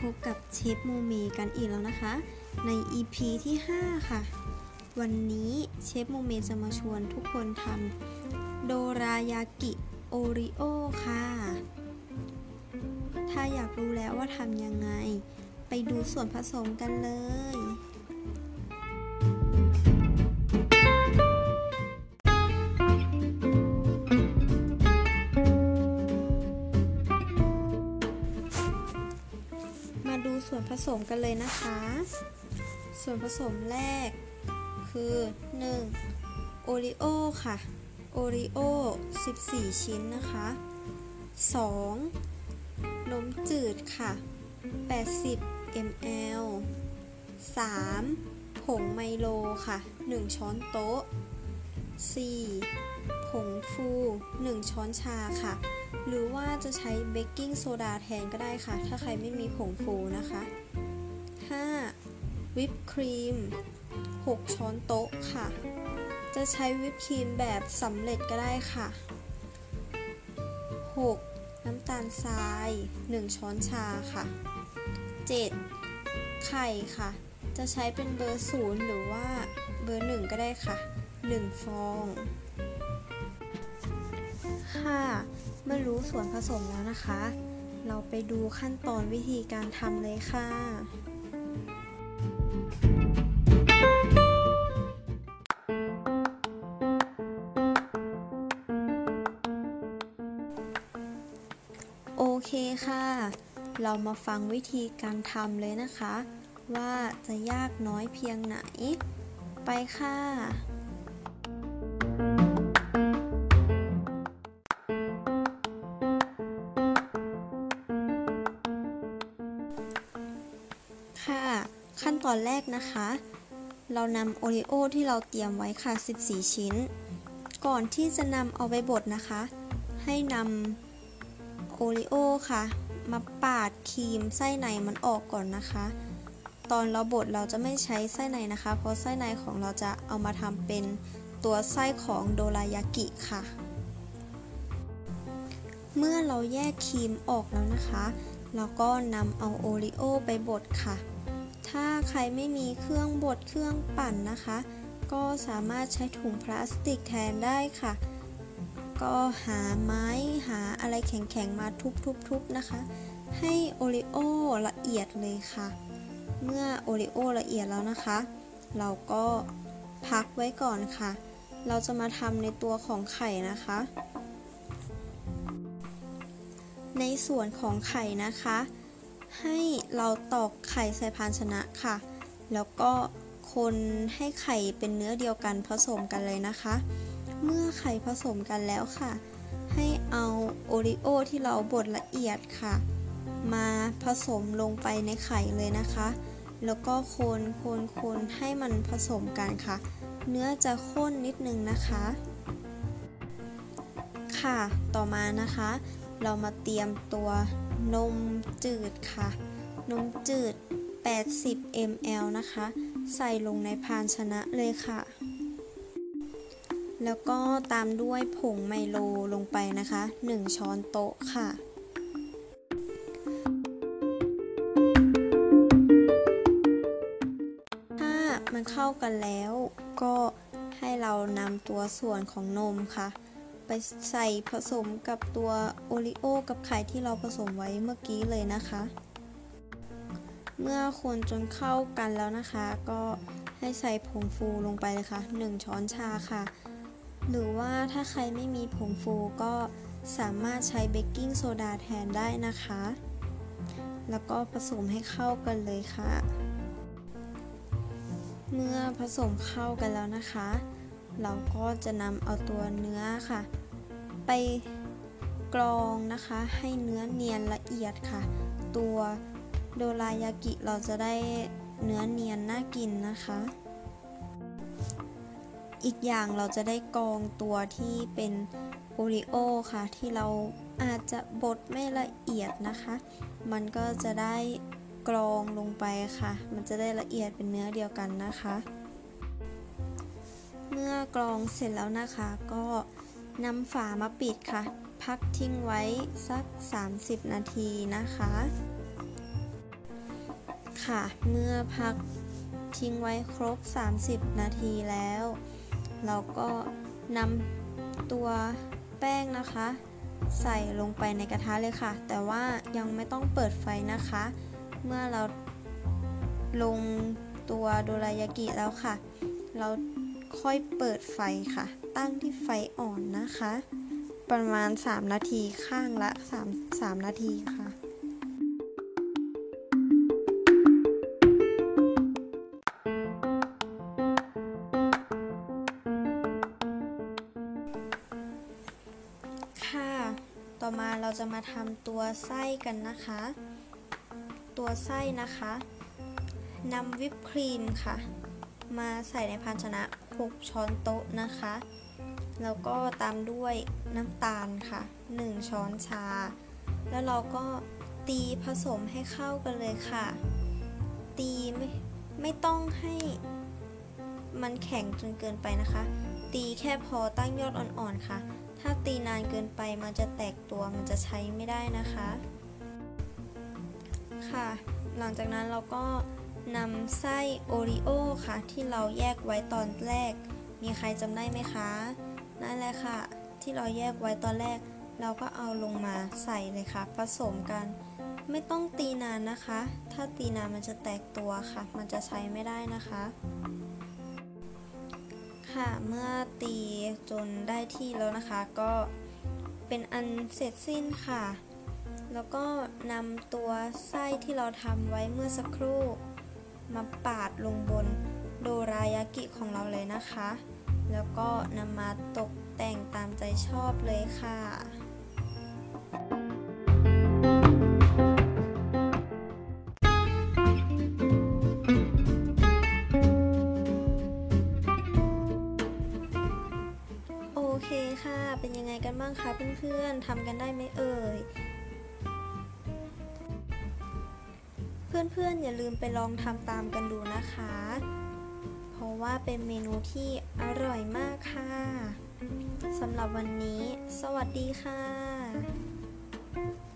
บกับเชฟโมเมกันอีกแล้วนะคะใน EP ที่ 5 ค่ะวันนี้เชฟโมเมจะมาชวนทุกคนทำโดรายากิโอริโอค่ะถ้าอยากรู้แล้วว่าทำยังไงไปดูส่วนผสมกันเลยมาดูส่วนผสมกันเลยนะคะส่วนผสมแรกคือ1โอริโอค่ะโอริโอ14ชิ้นนะคะ2นมจืดค่ะ80 ml 3ผงไมโลค่ะ1ช้อนโต๊ะ4ผงฟู1ช้อนชาค่ะหรือว่าจะใช้เบกกิ้งโซดาแทนก็ได้ค่ะถ้าใครไม่มีผงฟูนะคะ5วิปครีม6ช้อนโต๊ะค่ะจะใช้วิปครีมแบบสำเร็จก็ได้ค่ะ6น้ำตาลทราย1ช้อนชาค่ะ7ไข่ค่ะจะใช้เป็นเบอร์0หรือว่าเบอร์1ก็ได้ค่ะ1ฟองค่ะเมื่อรู้ส่วนผสมแล้วนะคะเราไปดูขั้นตอนวิธีการทำเลยค่ะโอเคค่ะเรามาฟังวิธีการทำเลยนะคะว่าจะยากน้อยเพียงไหนไปค่ะค่ะขั้นตอนแรกนะคะเรานำโอริโอที่เราเตรียมไว้ค่ะ14ชิ้นก่อนที่จะนำเอาไปบดนะคะให้นำโอริโอค่ะมาปาดครีมไส้ในมันออกก่อนนะคะตอนเราบดเราจะไม่ใช้ไส้ในนะคะเพราะไส้ในของเราจะเอามาทำเป็นตัวไส้ของโดรายากิค่ะเมื่อเราแยกครีมออกแล้วนะคะเราก็นำเอาโอริโอไปบดค่ะถ้าใครไม่มีเครื่องบดเครื่องปั่นนะคะก็สามารถใช้ถุงพลาสติกแทนได้ค่ะก็หาไม้หาอะไรแข็งๆมาทุบๆๆนะคะให้โอริโอละเอียดเลยค่ะเมื่อโอริโอละเอียดแล้วนะคะเราก็พักไว้ก่อนค่ะเราจะมาทำในตัวของไข่นะคะในส่วนของไข่นะคะให้เราตอกไข่ใส่ภาชนะค่ะแล้วก็คนให้ไข่เป็นเนื้อเดียวกันผสมกันเลยนะคะเมื่อไข่ผสมกันแล้วค่ะให้เอาโอริโอที่เราบดละเอียดค่ะมาผสมลงไปในไข่เลยนะคะแล้วก็คนให้มันผสมกันค่ะเนื้อจะข้นนิดนึงนะคะค่ะต่อมานะคะเรามาเตรียมตัวนมจืดค่ะนมจืด80 ml นะคะใส่ลงในภาชนะเลยค่ะแล้วก็ตามด้วยผงไมโลลงไปนะคะ1ช้อนโต๊ะค่ะถ้ามันเข้ากันแล้วก็ให้เรานำตัวส่วนของนมค่ะไปใส่ผสมกับตัวโอริโอกับไข่ที่เราผสมไว้เมื่อกี้เลยนะคะเมื่อคนจนเข้ากันแล้วนะคะก็ให้ใส่ผงฟูลงไปเลยค่ะ1ช้อนชาค่ะหรือว่าถ้าใครไม่มีผงฟูก็สามารถใช้เบกกิ้งโซดาแทนได้นะคะแล้วก็ผสมให้เข้ากันเลยค่ะเมื่อผสมเข้ากันแล้วนะคะเราก็จะนำเอาตัวเนื้อค่ะไปกรองนะคะให้เนื้อเนียนละเอียดค่ะตัวโดรายากิเราจะได้เนื้อเนียนน่ากินนะคะอีกอย่างเราจะได้กรองตัวที่เป็นโอริโอค่ะที่เราอาจจะบดไม่ละเอียดนะคะมันก็จะได้กรองลงไปค่ะมันจะได้ละเอียดเป็นเนื้อเดียวกันนะคะเมื่อกรองเสร็จแล้วนะคะก็นำฝามาปิดค่ะพักทิ้งไว้สัก30 นาทีนะคะค่ะเมื่อพักทิ้งไว้ครบ30นาทีแล้วเราก็นำตัวแป้งนะคะใส่ลงไปในกระทะเลยค่ะแต่ว่ายังไม่ต้องเปิดไฟนะคะเมื่อเราลงตัวโดรายากิแล้วค่ะเราค่อยเปิดไฟค่ะตั้งที่ไฟอ่อนนะคะประมาณ3นาทีข้างละ3นาทีค่ะค่ะต่อมาเราจะมาทำตัวไส้กันนะคะตัวไส้นะคะนำวิปครีมค่ะมาใส่ในภาชนะ6ช้อนโต๊ะนะคะแล้วก็ตามด้วยน้ำตาลค่ะ1ช้อนชาแล้วเราก็ตีผสมให้เข้ากันเลยค่ะตีไม่ต้องให้มันแข็งจนเกินไปนะคะตีแค่พอตั้งยอดอ่อนๆค่ะถ้าตีนานเกินไปมันจะแตกตัวมันจะใช้ไม่ได้นะคะค่ะหลังจากนั้นเราก็นำไส้โอริโอค่ะที่เราแยกไว้ตอนแรกมีใครจำได้ไหมคะนั่นแหละค่ะที่เราแยกไว้ตอนแรกเราก็เอาลงมาใส่เลยค่ะผสมกันไม่ต้องตีนานนะคะถ้าตีนานมันจะแตกตัวค่ะมันจะใช้ไม่ได้นะคะค่ะเมื่อตีจนได้ที่แล้วนะคะก็เป็นอันเสร็จสิ้นค่ะแล้วก็นำตัวไส้ที่เราทำไว้เมื่อสักครู่มาปาดลงบนโดรายากิของเราเลยนะคะแล้วก็นำมาตกแต่งตามใจชอบเลยค่ะโอเคค่ะเป็นยังไงกันบ้างคะเพื่อนๆทำกันได้ไหมเอ่ยเพื่อนๆอย่าลืมไปลองทำตามกันดูนะคะเพราะว่าเป็นเมนูที่อร่อยมากค่ะสำหรับวันนี้สวัสดีค่ะ